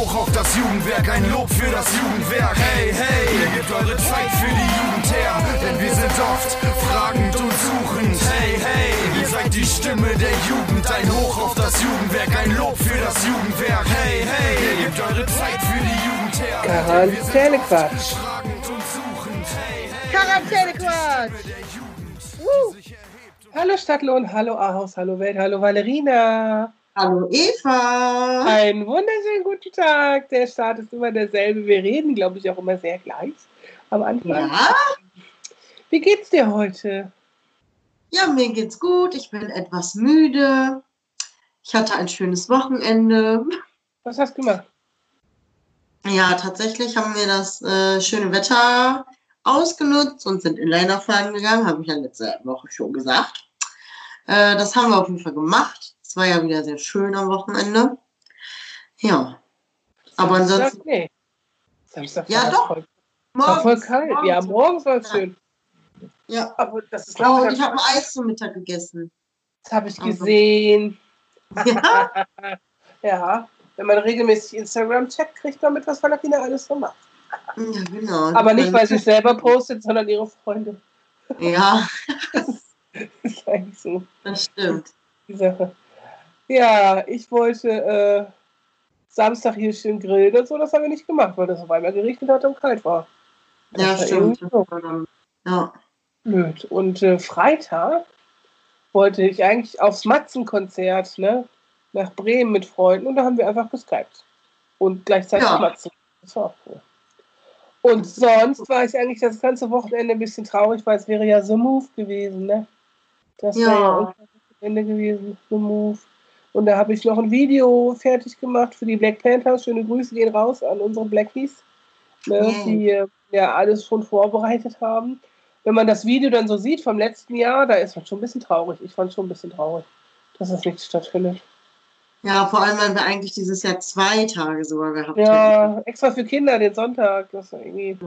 hoch auf das Jugendwerk, ein Lob für das Jugendwerk. Hey, hey, ihr gebt eure Zeit für die Jugend her, denn wir sind oft fragend und suchend. Hey, hey, ihr seid die Stimme der Jugend, ein Hoch auf das Jugendwerk, ein Lob für das Jugendwerk. Hey, hey, ihr gebt eure Zeit für die Jugend her. Quarantänequatsch. Quarantänequatsch. Hallo Stadtlohn, hallo Ahaus, hallo Welt, hallo Valerina. Hallo Eva. Einen wunderschönen guten Tag. Der Start ist immer derselbe. Wir reden, glaube ich, auch immer sehr gleich am Anfang. Ja? Wie geht's dir heute? Ja, mir geht's gut. Ich bin etwas müde. Ich hatte ein schönes Wochenende. Was hast du gemacht? Ja, tatsächlich haben wir das schöne Wetter ausgenutzt und sind Inliner fahren gegangen. Habe ich ja letzte Woche schon gesagt. Das haben wir auf jeden Fall gemacht. Es war ja wieder sehr schön am Wochenende. Ja. Aber ansonsten. Nee. Samstag ja, doch. Voll, war voll kalt. Morgens. Ja, morgens war es schön. Ja. Aber das ist und ich habe ein Eis zum Mittag gegessen. Das habe ich gesehen. Ja. Ja. Wenn man regelmäßig Instagram checkt, kriegt man mit, was Valerina alles so macht. Ja, genau. Aber nicht, weil sie selber postet, sondern ihre Freunde. Ja. Das ist eigentlich so. Das stimmt. Die Sache. Ja, ich wollte Samstag hier schön grillen und so, das haben wir nicht gemacht, weil das auf einmal geregnet hat und kalt war. Ja, stimmt. So. Ja. Blöd. Und Freitag wollte ich eigentlich aufs Matzen-Konzert, ne, nach Bremen mit Freunden und da haben wir einfach geskypt. Und gleichzeitig Matzen. Das war auch cool. Und sonst war ich eigentlich das ganze Wochenende ein bisschen traurig, weil es wäre ja The Move gewesen, ne? Das wäre ja unser Wochenende gewesen, The Move. Und da habe ich noch ein Video fertig gemacht für die Black Panthers. Schöne Grüße gehen raus an unsere Blackies, ne, die ja alles schon vorbereitet haben. Wenn man das Video dann so sieht vom letzten Jahr, da ist man schon ein bisschen traurig. Ich fand schon ein bisschen traurig, dass das nicht stattfindet. Ja, vor allem, weil wir eigentlich dieses Jahr 2 Tage sogar gehabt haben. Ja, extra für Kinder den Sonntag. Das war irgendwie.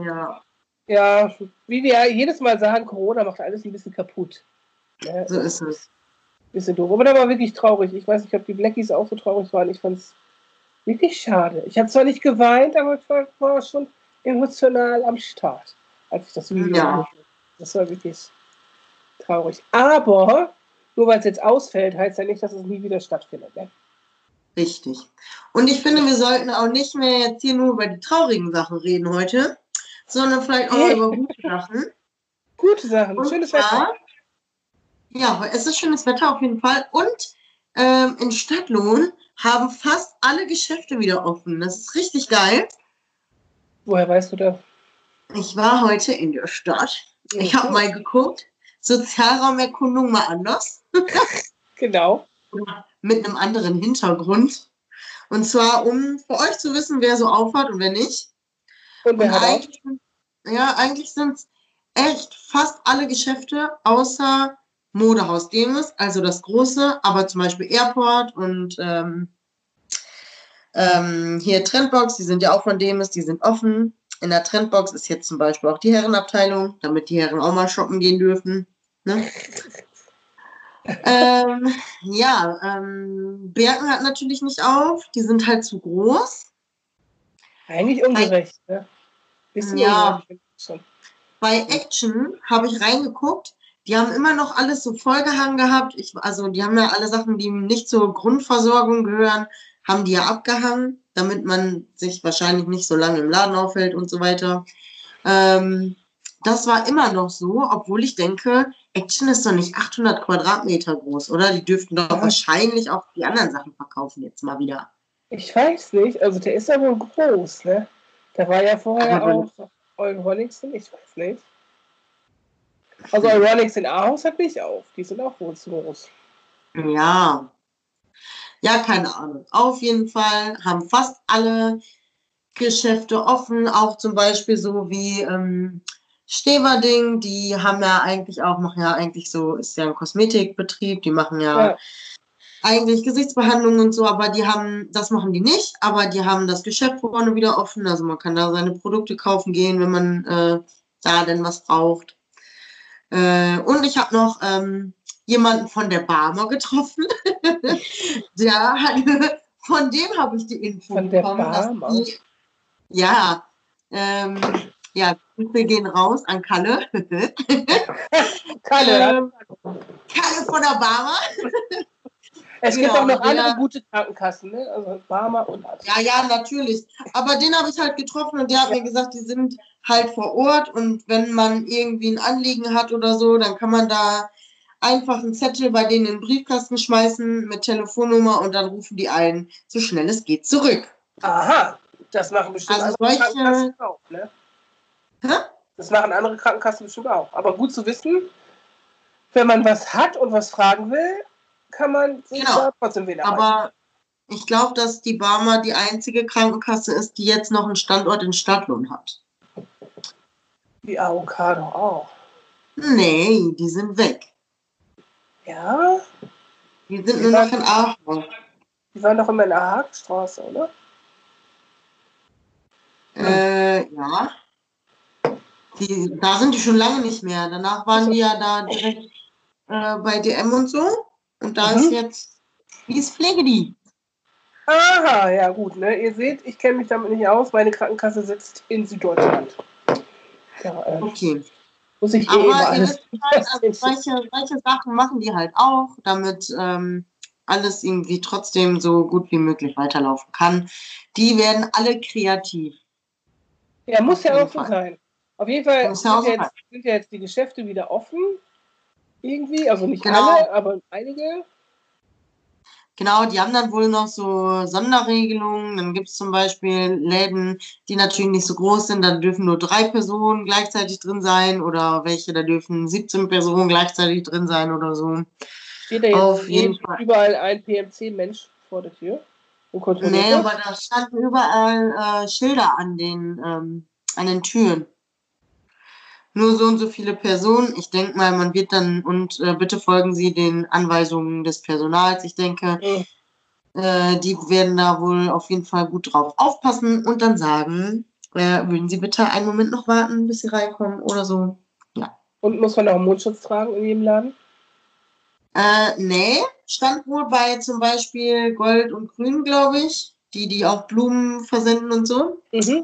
Ja, wie wir jedes Mal sagen, Corona macht alles ein bisschen kaputt. Ja, so ist es. Bisschen doof. Aber da war wirklich traurig. Ich weiß nicht, ob die Blackies auch so traurig waren. Ich fand es wirklich schade. Ich habe zwar nicht geweint, aber ich war schon emotional am Start, als ich das Video gesehen habe. Das war wirklich traurig. Aber nur weil es jetzt ausfällt, heißt ja nicht, dass es nie wieder stattfindet. Ne? Richtig. Und ich finde, wir sollten auch nicht mehr jetzt hier nur über die traurigen Sachen reden heute, sondern vielleicht auch mal über gute Sachen. Gute Sachen, schönes Wetter. Ja, es ist schönes Wetter auf jeden Fall. Und in Stadtlohn haben fast alle Geschäfte wieder offen. Das ist richtig geil. Woher weißt du das? Ich war heute in der Stadt. Ich habe mal geguckt. Sozialraumerkundung mal anders. Genau. Mit einem anderen Hintergrund. Und zwar, um für euch zu wissen, wer so aufhat und wer nicht. Und wer hat eigentlich sind es echt fast alle Geschäfte außer Modehaus Demis, also das große, aber zum Beispiel Airport und hier Trendbox, die sind ja auch von Demis, die sind offen. In der Trendbox ist jetzt zum Beispiel auch die Herrenabteilung, damit die Herren auch mal shoppen gehen dürfen. Ne? Berken hat natürlich nicht auf, die sind halt zu groß. Eigentlich ungerecht, ne? Schon. Bei Action habe ich reingeguckt, die haben immer noch alles so vollgehangen gehabt. Die haben ja alle Sachen, die nicht zur Grundversorgung gehören, haben die ja abgehangen, damit man sich wahrscheinlich nicht so lange im Laden aufhält und so weiter. Das war immer noch so, obwohl ich denke, Action ist doch nicht 800 Quadratmeter groß, oder? Die dürften doch wahrscheinlich auch die anderen Sachen verkaufen jetzt mal wieder. Ich weiß nicht, also der ist aber groß, ne? Da war ja vorher auch Euronics, ich weiß nicht. Also Euronics in Ahaus hat nicht auf, die sind auch wohl zu groß. Ja, keine Ahnung. Auf jeden Fall haben fast alle Geschäfte offen, auch zum Beispiel so wie Steverding, die haben ja eigentlich auch, ist ja ein Kosmetikbetrieb, die machen ja eigentlich Gesichtsbehandlungen und so, aber das machen die nicht, aber die haben das Geschäft vorne wieder offen, also man kann da seine Produkte kaufen gehen, wenn man da denn was braucht. Und ich habe noch jemanden von der Barmer getroffen, der hat von dem habe ich die Info von der bekommen, Barmer. dass die, ja, Grüße gehen raus an Kalle. Kalle. Kalle von der Barmer. Es gibt auch noch andere gute Krankenkassen, ne? Also Barmer und alles. Ja, natürlich. Aber den habe ich halt getroffen und der hat mir gesagt, die sind halt vor Ort und wenn man irgendwie ein Anliegen hat oder so, dann kann man da einfach einen Zettel bei denen in den Briefkasten schmeißen mit Telefonnummer und dann rufen die einen, so schnell es geht, zurück. Aha, das machen bestimmt also andere Krankenkassen auch, ne? Hä? Das machen andere Krankenkassen bestimmt auch. Aber gut zu wissen, wenn man was hat und was fragen will, kann man sich da trotzdem wieder erreichen. Aber ich glaube, dass die Barmer die einzige Krankenkasse ist, die jetzt noch einen Standort in Stadtlohn hat. Die Avocado auch. Nee, die sind weg. Ja? Die sind nur noch in Aachen. Die waren doch immer in der Hagenstraße, oder? Ja. Da sind die schon lange nicht mehr. Danach waren die ja da direkt bei DM und so. Und da ist jetzt, wie ist Pflegedienst? Aha, ja gut, ne? Ihr seht, ich kenne mich damit nicht aus. Meine Krankenkasse sitzt in Süddeutschland. Ja, okay. Muss ich aber ihr alles wisst halt, also solche Sachen machen die halt auch, damit alles irgendwie trotzdem so gut wie möglich weiterlaufen kann. Die werden alle kreativ. Ja, muss ja auch so sein. Auf jeden Fall sind ja jetzt die Geschäfte wieder offen. Irgendwie, also nicht alle, aber einige. Genau, die haben dann wohl noch so Sonderregelungen. Dann gibt es zum Beispiel Läden, die natürlich nicht so groß sind. Da dürfen nur 3 Personen gleichzeitig drin sein oder welche, da dürfen 17 Personen gleichzeitig drin sein oder so. Steht da jetzt auf jeden Fall überall ein PMC-Mensch vor der Tür? Nee, aber da standen überall Schilder an den Türen. Nur so und so viele Personen. Ich denke mal, man wird dann, und bitte folgen Sie den Anweisungen des Personals. Ich denke, die werden da wohl auf jeden Fall gut drauf aufpassen und dann sagen, würden Sie bitte einen Moment noch warten, bis Sie reinkommen oder so. Ja. Und muss man auch einen Mundschutz tragen in jedem Laden? Nee, stand wohl bei zum Beispiel Gold und Grün, glaube ich, die auch Blumen versenden und so.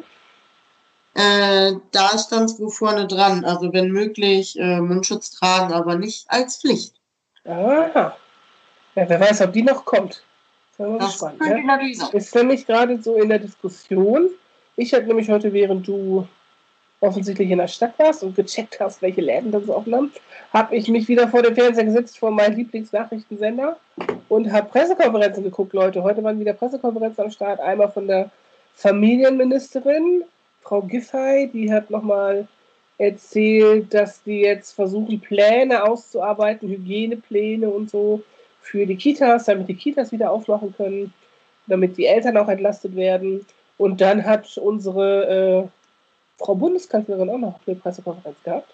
Da stand es wohl vorne dran, also wenn möglich Mundschutz tragen, aber nicht als Pflicht. Aha. Ja, wer weiß, ob die noch kommt. Das könnte natürlich sein. Ist nämlich gerade so in der Diskussion. Ich hatte nämlich heute, während du offensichtlich in der Stadt warst und gecheckt hast, welche Läden das offen haben, habe ich mich wieder vor den Fernseher gesetzt, vor meinen Lieblingsnachrichtensender und habe Pressekonferenzen geguckt, Leute. Heute waren wieder Pressekonferenzen am Start. Einmal von der Familienministerin, Frau Giffey, die hat nochmal erzählt, dass die jetzt versuchen, Pläne auszuarbeiten, Hygienepläne und so für die Kitas, damit die Kitas wieder aufmachen können, damit die Eltern auch entlastet werden. Und dann hat unsere Frau Bundeskanzlerin auch noch eine Pressekonferenz gehabt.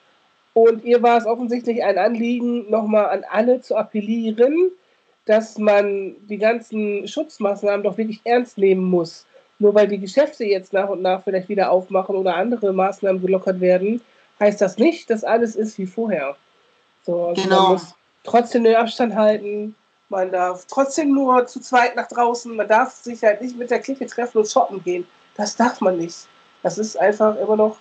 Und ihr war es offensichtlich ein Anliegen, nochmal an alle zu appellieren, dass man die ganzen Schutzmaßnahmen doch wirklich ernst nehmen muss. Nur weil die Geschäfte jetzt nach und nach vielleicht wieder aufmachen oder andere Maßnahmen gelockert werden, heißt das nicht, dass alles ist wie vorher. So, also genau. Man muss trotzdem den Abstand halten, man darf trotzdem nur zu zweit nach draußen, man darf sich halt nicht mit der Clique treffen und shoppen gehen. Das darf man nicht. Das ist einfach immer noch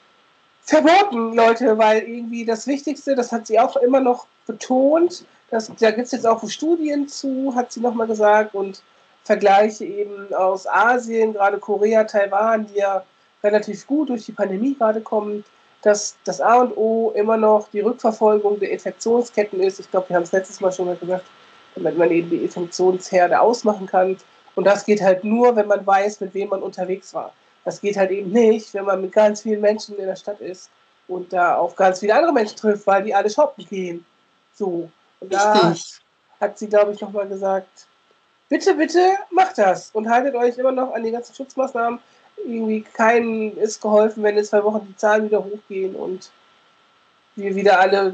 verboten, Leute, weil irgendwie das Wichtigste, das hat sie auch immer noch betont, da gibt es jetzt auch Studien zu, hat sie nochmal gesagt, und Vergleiche eben aus Asien, gerade Korea, Taiwan, die ja relativ gut durch die Pandemie gerade kommen, dass das A und O immer noch die Rückverfolgung der Infektionsketten ist. Ich glaube, wir haben es letztes Mal schon mal gesagt, damit man eben die Infektionsherde ausmachen kann. Und das geht halt nur, wenn man weiß, mit wem man unterwegs war. Das geht halt eben nicht, wenn man mit ganz vielen Menschen in der Stadt ist und da auf ganz viele andere Menschen trifft, weil die alle shoppen gehen. So. Und da hat sie, glaube ich, nochmal gesagt, bitte, bitte macht das und haltet euch immer noch an die ganzen Schutzmaßnahmen. Irgendwie keinem ist geholfen, wenn in 2 Wochen die Zahlen wieder hochgehen und wir wieder alle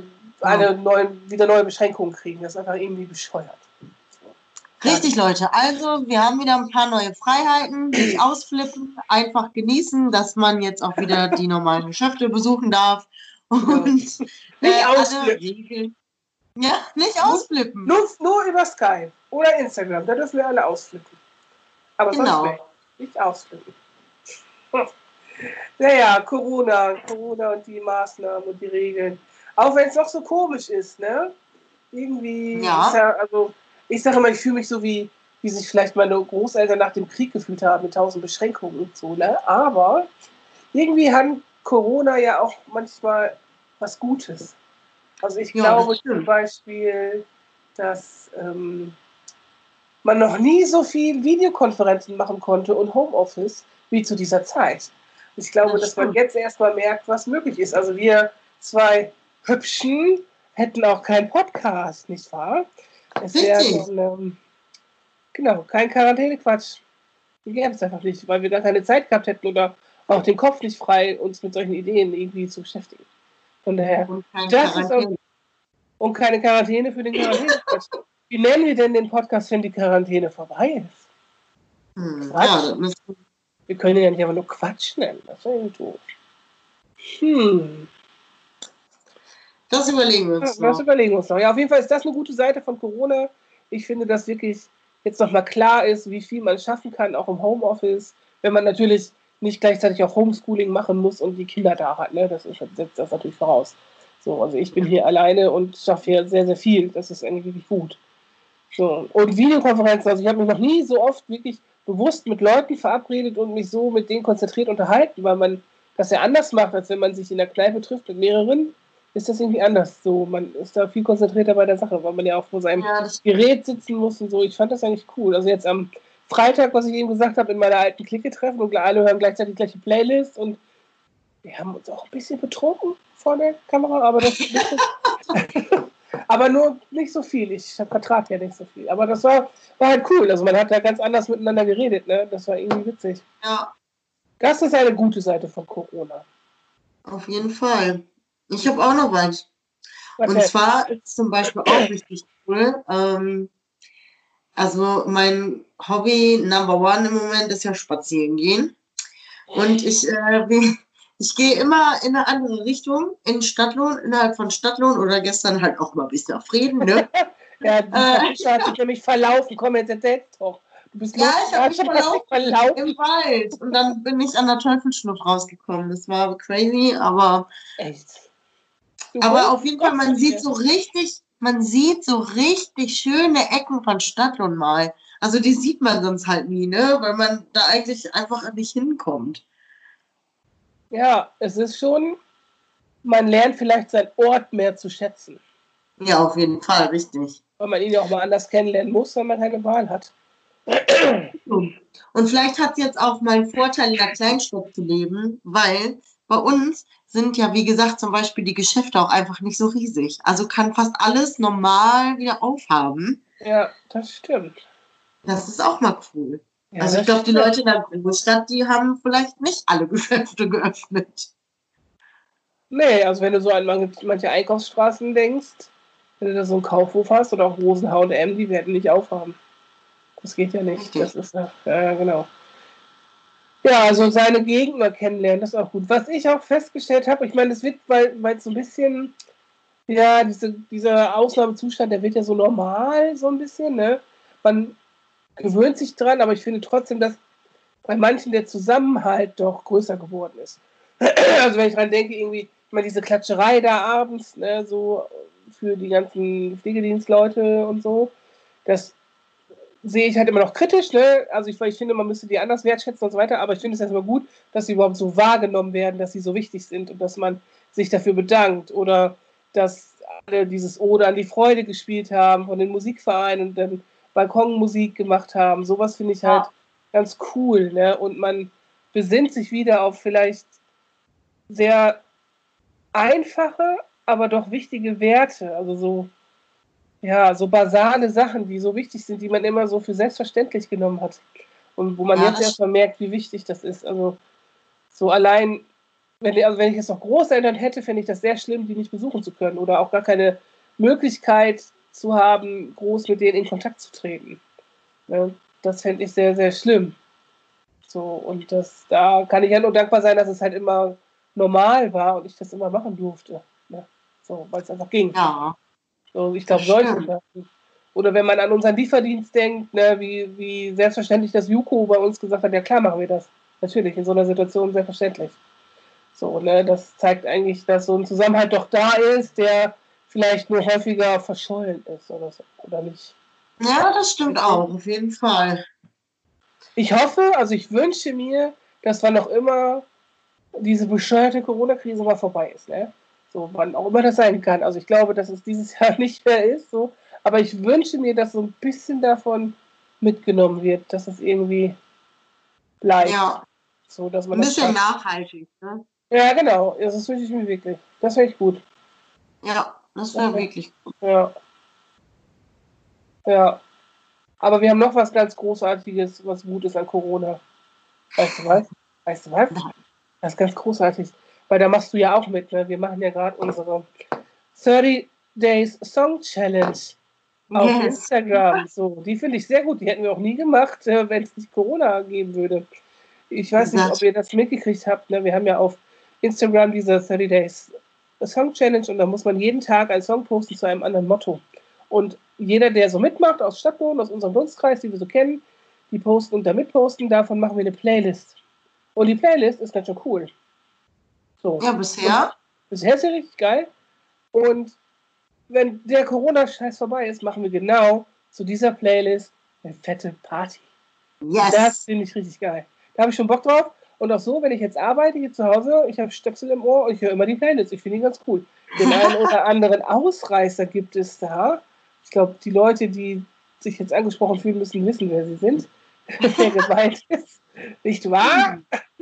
neue Beschränkungen kriegen. Das ist einfach irgendwie bescheuert. Richtig, Leute. Also, wir haben wieder ein paar neue Freiheiten. Nicht ausflippen, einfach genießen, dass man jetzt auch wieder die normalen Geschäfte besuchen darf. Und nicht ausflippen. Ja, nicht ausflippen. Nur über Skype oder Instagram. Da dürfen wir alle ausflippen. Aber sonst nicht ausflippen. Naja, Corona und die Maßnahmen und die Regeln. Auch wenn es doch so komisch ist, ne? Irgendwie, ich sage immer, ich fühle mich so wie sich vielleicht meine Großeltern nach dem Krieg gefühlt haben, mit 1000 Beschränkungen und so, ne? Aber irgendwie hat Corona ja auch manchmal was Gutes. Also ich glaube zum Beispiel, dass man noch nie so viel Videokonferenzen machen konnte und Homeoffice wie zu dieser Zeit. Ich glaube, dass man jetzt erstmal merkt, was möglich ist. Also wir zwei Hübschen hätten auch keinen Podcast, nicht wahr? Es wäre genau, kein Quarantäne-Quatsch. Wir gäbe es einfach nicht, weil wir da keine Zeit gehabt hätten oder auch den Kopf nicht frei, uns mit solchen Ideen irgendwie zu beschäftigen. Von daher, und keine Quarantäne für den Quarantäne-Quatsch. Wie nennen wir denn den Podcast, wenn die Quarantäne vorbei ist? Quatsch. Wir können ihn ja nicht einfach nur Quatsch nennen. Das ist ja irgendwie doof. Das überlegen wir uns noch. Das überlegen wir uns noch. Ja, auf jeden Fall ist das eine gute Seite von Corona. Ich finde, dass wirklich jetzt nochmal klar ist, wie viel man schaffen kann, auch im Homeoffice, wenn man natürlich nicht gleichzeitig auch Homeschooling machen muss und die Kinder da hat. Ne? Das setzt das natürlich voraus. So, also ich bin hier alleine und schaffe hier sehr, sehr viel. Das ist eigentlich wirklich gut. So. Und Videokonferenzen, also ich habe mich noch nie so oft wirklich bewusst mit Leuten verabredet und mich so mit denen konzentriert unterhalten, weil man das ja anders macht, als wenn man sich in der Kneipe trifft mit mehreren, ist das irgendwie anders. So, man ist da viel konzentrierter bei der Sache, weil man ja auch vor seinem Gerät sitzen muss und so. Ich fand das eigentlich cool. Also jetzt am Freitag, was ich eben gesagt habe, in meiner alten Clique treffen und alle hören gleichzeitig die gleiche Playlist und wir haben uns auch ein bisschen betrunken vor der Kamera, aber das aber nur nicht so viel. Ich vertrage ja nicht so viel. Aber das war halt cool. Also man hat da ganz anders miteinander geredet. Ne? Das war irgendwie witzig. Ja. Das ist eine gute Seite von Corona. Auf jeden Fall. Ich habe auch noch was. Und zwar ist zum Beispiel auch richtig cool. Also mein Hobby Number One im Moment ist ja spazieren gehen. Und ich gehe immer in eine andere Richtung, in Stadtlohn, innerhalb von Stadtlohn oder gestern halt auch mal ein bisschen auf Frieden, ne? Ja, die hat sich nämlich verlaufen. Komm, jetzt erzähl's doch. Du bist ich habe mich verlaufen im Wald. Und dann bin ich an der Teufelsschlucht rausgekommen. Das war crazy, aber... Echt? Aber auf jeden Fall, man sieht so richtig schöne Ecken von Stadtlohn mal. Also die sieht man sonst halt nie, ne? Weil man da eigentlich einfach nicht hinkommt. Ja, es ist schon, man lernt vielleicht seinen Ort mehr zu schätzen. Ja, auf jeden Fall, richtig. Weil man ihn ja auch mal anders kennenlernen muss, weil man keine Wahl hat. Und vielleicht hat es jetzt auch mal einen Vorteil, in der Kleinstadt zu leben, weil bei uns sind ja, wie gesagt, zum Beispiel die Geschäfte auch einfach nicht so riesig. Also kann fast alles normal wieder aufhaben. Ja, das stimmt. Das ist auch mal cool. Ja, also ich glaube, die Leute in der Großstadt, die haben vielleicht nicht alle Geschäfte geöffnet. Nee, also wenn du so an manche Einkaufsstraßen denkst, wenn du da so einen Kaufhof hast oder auch Rosen, H&M, die werden nicht aufhaben. Das geht ja nicht. Richtig. Das ist ja, genau. Ja, also seine Gegend mal kennenlernen, das ist auch gut. Was ich auch festgestellt habe, ich meine, das wird, weil es so ein bisschen, ja, dieser Ausnahmezustand, der wird ja so normal, so ein bisschen, ne? Man gewöhnt sich dran, aber ich finde trotzdem, dass bei manchen der Zusammenhalt doch größer geworden ist. Also wenn ich dran denke, irgendwie, ich meine, diese Klatscherei da abends, ne, so für die ganzen Pflegedienstleute und so, das sehe ich halt immer noch kritisch, ne? Also ich finde, man müsste die anders wertschätzen und so weiter, aber ich finde es erstmal gut, dass sie überhaupt so wahrgenommen werden, dass sie so wichtig sind und dass man sich dafür bedankt oder dass alle dieses Ode an die Freude gespielt haben von den Musikvereinen und dann Balkonmusik gemacht haben. Sowas finde ich halt ganz cool, ne? Und man besinnt sich wieder auf vielleicht sehr einfache, aber doch wichtige Werte, also so basale Sachen, die so wichtig sind, die man immer so für selbstverständlich genommen hat. Und wo man jetzt erstmal merkt, wie wichtig das ist. Also so allein, wenn ich jetzt noch Großeltern hätte, fände ich das sehr schlimm, die nicht besuchen zu können oder auch gar keine Möglichkeit zu haben, groß mit denen in Kontakt zu treten. Das fände ich sehr, sehr schlimm. So, und da kann ich ja nur dankbar sein, dass es halt immer normal war und ich das immer machen durfte. Ne? So, weil es einfach ging. Ja. So, ich glaube, solche Sachen. Oder wenn man an unseren Lieferdienst denkt, ne, wie selbstverständlich das Juko bei uns gesagt hat, ja klar machen wir das. Natürlich, in so einer Situation selbstverständlich. So, ne, das zeigt eigentlich, dass so ein Zusammenhalt doch da ist, der vielleicht nur häufiger verschollen ist oder so, oder nicht. Ja, das stimmt auch, auf jeden Fall. Ich hoffe, also ich wünsche mir, dass wann auch immer diese bescheuerte Corona-Krise mal vorbei ist, ne? So, wann auch immer das sein kann. Also ich glaube, dass es dieses Jahr nicht mehr ist, so. Aber ich wünsche mir, dass so ein bisschen davon mitgenommen wird, dass es irgendwie bleibt. Ja, So, dass man ein bisschen das nachhaltig, ne? ja, genau. Das wünsche ich mir wirklich. Das wäre echt gut. Ja, das wäre wirklich gut. Ja. Ja. Aber wir haben noch was ganz Großartiges, was gut ist an Corona. Weißt du was? Weißt du was? Das ist ganz großartig. Weil da machst du ja auch mit. Ne? Wir machen ja gerade unsere 30 Days Song Challenge auf Instagram. So, die finde ich sehr gut. Die hätten wir auch nie gemacht, wenn es nicht Corona geben würde. Ich weiß nicht, ob ihr das mitgekriegt habt. Ne? Wir haben ja auf Instagram diese 30 Days Song Challenge und da muss man jeden Tag einen Song posten zu einem anderen Motto. Und jeder, der so mitmacht, aus Stadtboden, aus unserem Dunstkreis, die wir so kennen, die posten und da mitposten, davon machen wir eine Playlist. Und die Playlist ist ganz schön cool. So. Ja, bisher? Bisher ist sie richtig geil. Und wenn der Corona-Scheiß vorbei ist, machen wir genau zu dieser Playlist eine fette Party. Yes. Das finde ich richtig geil. Da habe ich schon Bock drauf. Und auch so, wenn ich jetzt arbeite hier zu Hause, ich habe Stöpsel im Ohr und ich höre immer die Playlist. Ich finde die ganz cool. Den einen oder anderen Ausreißer gibt es da. Ich glaube, die Leute, die sich jetzt angesprochen fühlen, müssen wissen, wer sie sind. Wer gemeint ist. Nicht wahr?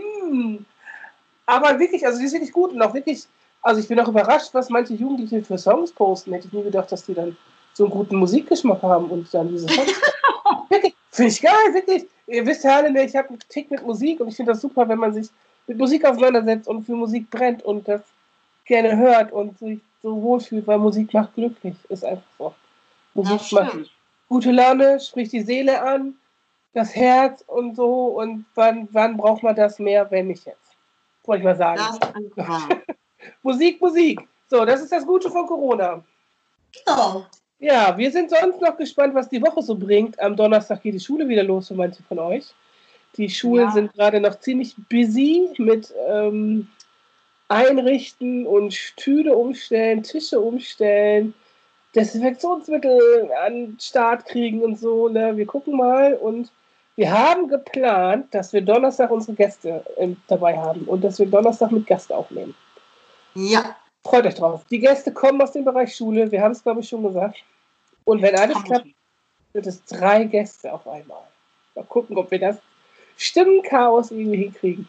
Aber wirklich, also die ist wirklich gut und auch wirklich, also ich bin auch überrascht, was manche Jugendliche für Songs posten. Hätte ich nie gedacht, dass die dann so einen guten Musikgeschmack haben und dann diese Songs. Wirklich, finde ich geil, wirklich. Ihr wisst ja alle, ne, ich habe einen Tick mit Musik und ich finde das super, wenn man sich mit Musik auseinandersetzt und für Musik brennt und das gerne hört und sich so wohlfühlt, weil Musik macht glücklich. Ist einfach so. Musik macht gute Laune, spricht die Seele an, das Herz und so. Und wann braucht man das mehr, wenn nicht jetzt? Wollte ich mal sagen. Musik. So, das ist das Gute von Corona. Genau. Ja, wir sind sonst noch gespannt, was die Woche so bringt. Am Donnerstag geht die Schule wieder los für manche von euch. Die Schulen sind gerade noch ziemlich busy mit Einrichten und Stühle umstellen, Tische umstellen, Desinfektionsmittel an den Start kriegen und so. Ne? Wir gucken mal und wir haben geplant, dass wir Donnerstag unsere Gäste dabei haben und dass wir Donnerstag mit Gast aufnehmen. Ja. Freut euch drauf. Die Gäste kommen aus dem Bereich Schule. Wir haben es, glaube ich, schon gesagt. Und wenn alles klappt, wird es 3 Gäste auf einmal. Mal gucken, ob wir das Stimmenchaos irgendwie hinkriegen.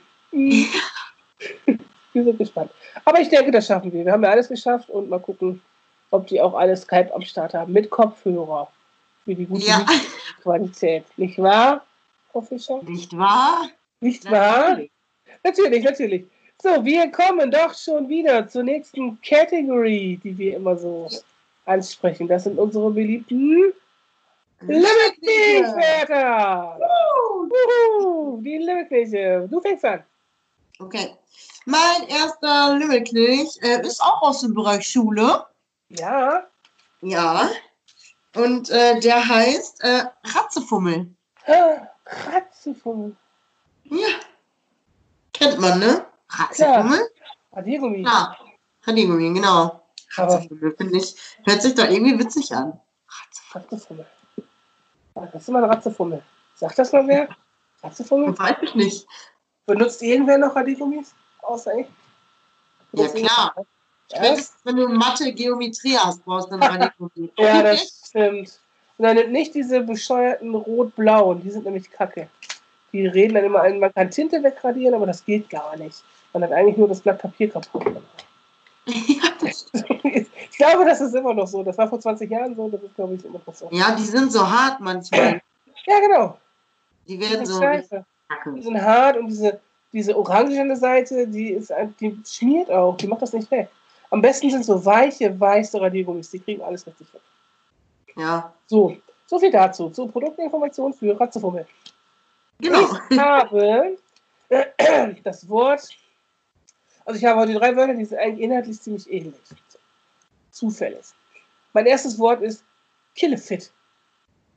Wir sind gespannt. Aber ich denke, das schaffen wir. Wir haben ja alles geschafft und mal gucken, ob die auch alle Skype am Start haben. Mit Kopfhörer. Für die gute Qualität. Nicht wahr, Frau Fischer? Nicht wahr? Nicht wahr? Natürlich. So, wir kommen doch schon wieder zur nächsten Category, die wir immer so ansprechen. Das sind unsere beliebten Limit-Wörter. Die Limit-Knete. Du fängst an. Okay. Mein erster Limit-Knete ist auch aus dem Bereich Schule. Ja. Ja. Und der heißt Ratzefummel. Ratzefummel. Ja. Kennt man, ne? Ratzefummel? Radiergummi. Ja, Radiergummi, genau. Ratzefummel, finde ich. Hört sich doch irgendwie witzig an. Ratzefummel. Das ist immer ein Ratzefummel. Sagt das mal wer? Ratzefummel? Weiß ich nicht. Benutzt irgendwer noch Radiergummis? Außer ich? Ja, klar. Spätestens, wenn du Mathe, Geometrie hast, brauchst du ein Radiergummi. Ja, das stimmt. Und dann nimmt nicht diese bescheuerten rot-blauen, die sind nämlich kacke. Die reden dann immer ein, man kann Tinte wegradieren, aber das geht gar nicht. Man hat eigentlich nur das Blatt Papier kaputt gemacht. Ich glaube, das ist immer noch so. Das war vor 20 Jahren so, das ist, glaube ich, immer noch so. Ja, die sind so hart manchmal. Ja, genau. Die werden so. Scheiße. Die sind hart und diese orangene Seite, die schmiert auch, die macht das nicht weg. Am besten sind so weiche, weiße Radiergummis, die kriegen alles richtig weg. Ja. So viel dazu. Zur Produktinformation für Ratzefummel. Genau. Ich habe das Wort, also ich habe heute 3 Wörter, die sind eigentlich inhaltlich ziemlich ähnlich. Zufällig. Mein erstes Wort ist Killefit.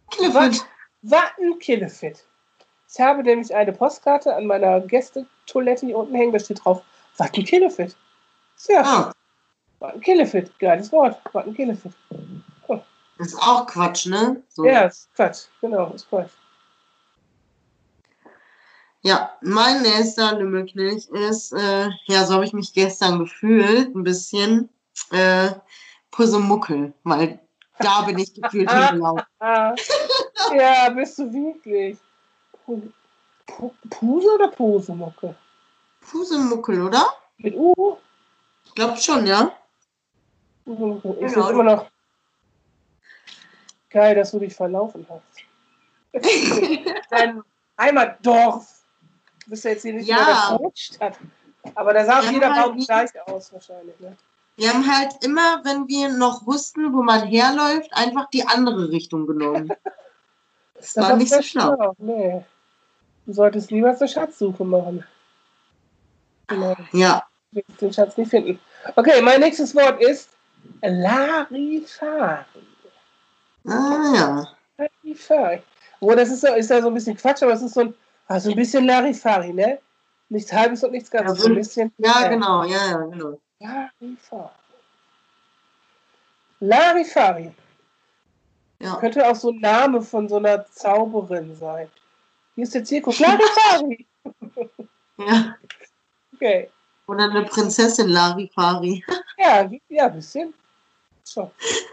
Killefit. Watten-Killefit. Ich habe nämlich eine Postkarte an meiner Gästetoilette hier unten hängen, da steht drauf Watten-Killefit. Ja. Watten-Killefit, geiles Wort. Watten-Killefit. Oh. Das ist auch Quatsch, ne? So. Ja, ist Quatsch. Genau, ist Quatsch. Ja, mein nächster Lümmelknilch ist, so habe ich mich gestern gefühlt, ein bisschen, Pussemuckel, weil da bin ich gefühlt hingelaufen. Ja, bist du wirklich. Puse oder Posemuckel? Pusemuckel, oder? Mit U? Ich glaube schon, ja. Pusemuckel. Ich finde immer noch geil, dass du dich verlaufen hast. Dein Heimatdorf. Du bist ja jetzt hier nicht mehr in der Großstadt. Aber da sah jeder Raum gleich aus wahrscheinlich, ne? Wir haben halt immer, wenn wir noch wussten, wo man herläuft, einfach die andere Richtung genommen. Das war nicht so schlau. Nee. Du solltest niemals eine Schatzsuche machen. Genau. Ja. Du wirst den Schatz nicht finden. Okay, mein nächstes Wort ist Larifari. Ah, ja. Larifari. Oh, das ist ja so ein bisschen Quatsch, aber es ist so ein bisschen Larifari, ne? Nichts Halbes und nichts Ganzes. Ja, ein bisschen, genau, genau. Larifari. Larifari. Ja. Könnte auch so ein Name von so einer Zauberin sein. Hier ist der Zirkus. Larifari. Ja. Okay. Oder eine Prinzessin Larifari. Ja, ein bisschen. So.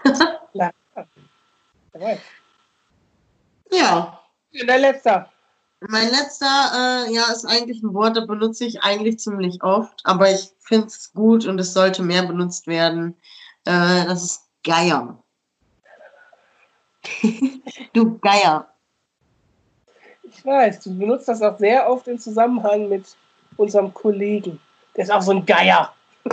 Larifari. Ja. Der letzte. Mein letzter, ist eigentlich ein Wort, das benutze ich eigentlich ziemlich oft, aber ich finde es gut und es sollte mehr benutzt werden. Das ist Geier. Du Geier. Ich weiß, du benutzt das auch sehr oft im Zusammenhang mit unserem Kollegen. Der ist auch so ein Geier.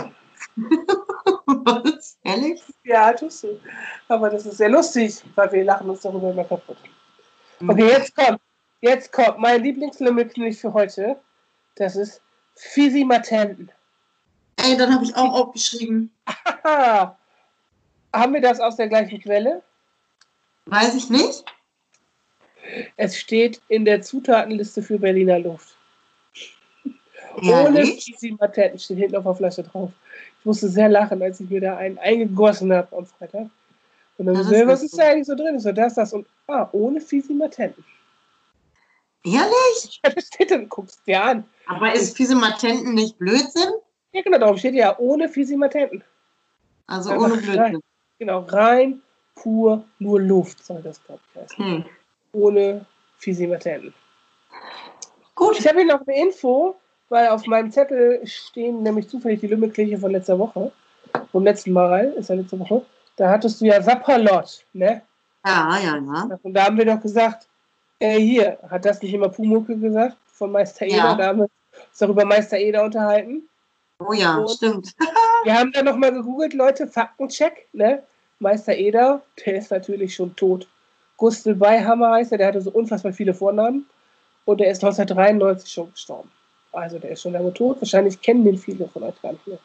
Was? Ehrlich? Ja, tust du. Aber das ist sehr lustig, weil wir lachen uns darüber immer kaputt. Okay, jetzt kommt mein Lieblingslümmelknilch für heute. Das ist Fisimatenten. Ey, dann habe ich auch aufgeschrieben. Haben wir das aus der gleichen Quelle? Weiß ich nicht. Es steht in der Zutatenliste für Berliner Luft. Ja, Ohne nicht? Fisimatenten steht hinten auf der Flasche drauf. Ich musste sehr lachen, als ich mir da einen eingegossen habe am Freitag. Und dann was ist da eigentlich so drin? So das und ohne Fisimatenten. Ehrlich? Ja, das steht dann, guckst du dir an. Aber ist Fisimatenten nicht Blödsinn? Ja, genau, darum steht ja ohne Fisimatenten. Also ohne Blödsinn. Rein, pur, nur Luft soll das, glaube ich, heißen. Ohne Fisimatenten. Gut. Ich habe hier noch eine Info, weil auf meinem Zettel stehen nämlich zufällig die Lümmelkirche von letzter Woche. Vom letzten Mal, ist ja letzte Woche. Da hattest du ja Sapperlot, ne? Ja. Und da haben wir doch gesagt, hier, hat das nicht immer Pumuckl gesagt, von Meister Eder? Ja. Da haben wir uns darüber Meister Eder unterhalten. Oh ja, und stimmt. Wir haben dann nochmal gegoogelt, Leute, Faktencheck, ne? Meister Eder, der ist natürlich schon tot. Gustl Beihammer heißt er, der hatte so unfassbar viele Vornamen. Und der ist 1993 schon gestorben. Also der ist schon lange tot. Wahrscheinlich kennen den viele von euch gar nicht mehr.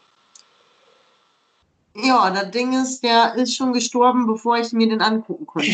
Ja, das Ding ist, der ist schon gestorben, bevor ich mir den angucken konnte.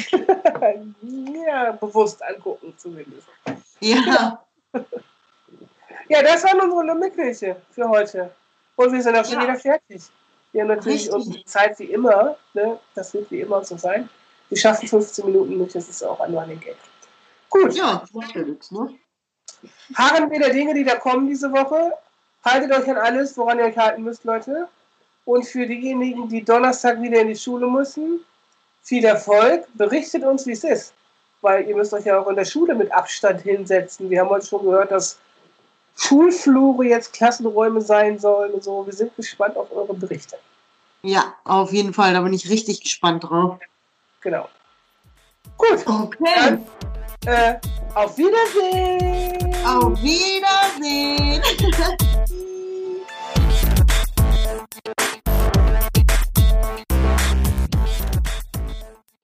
Ja, bewusst angucken zumindest. Ja. Ja, das waren unsere Lümmelkirche für heute. Und wir sind auch schon wieder fertig. Wir haben natürlich unsere Zeit wie immer. Ne? Das wird wie immer so sein. Wir schaffen 15 Minuten nicht, das ist auch ein Running Gag. Gut. Ja, natürlich, ne? Harren wir der Dinge, die da kommen diese Woche. Haltet euch an alles, woran ihr euch halten müsst, Leute. Und für diejenigen, die Donnerstag wieder in die Schule müssen, viel Erfolg. Berichtet uns, wie es ist. Weil ihr müsst euch ja auch in der Schule mit Abstand hinsetzen. Wir haben heute schon gehört, dass Schulflure jetzt Klassenräume sein sollen und so. Wir sind gespannt auf eure Berichte. Ja, auf jeden Fall. Da bin ich richtig gespannt drauf. Genau. Gut. Okay. Dann, auf Wiedersehen. Auf Wiedersehen.